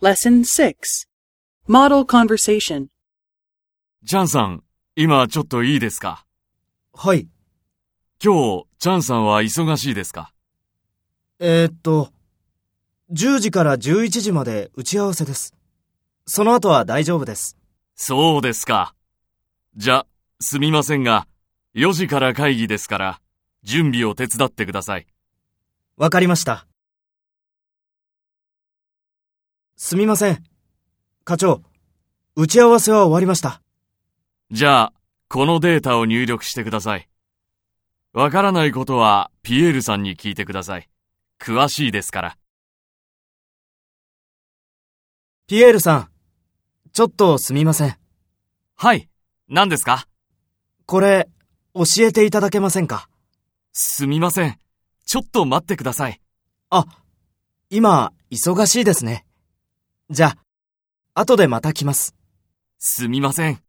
Lesson 6 Model Conversation チャンさん、今ちょっといいですか？ はい。 今日、チャンさんは忙しいですか 10時から11時まで打ち合わせです。その後は大丈夫です。 そうですか。じゃ、すみませんが、4時から会議ですから、準備を手伝ってください。 わかりました。すみません。課長、打ち合わせは終わりました。 じゃあ、このデータを入力してください。わからないことはピエールさんに聞いてください。詳しいですから。 ピエールさん、ちょっとすみません。 はい、何ですか？ これ、教えていただけませんか？ すみません。ちょっと待ってください。 あ、今、忙しいですね。じゃあ、後でまた来ます。 すみません。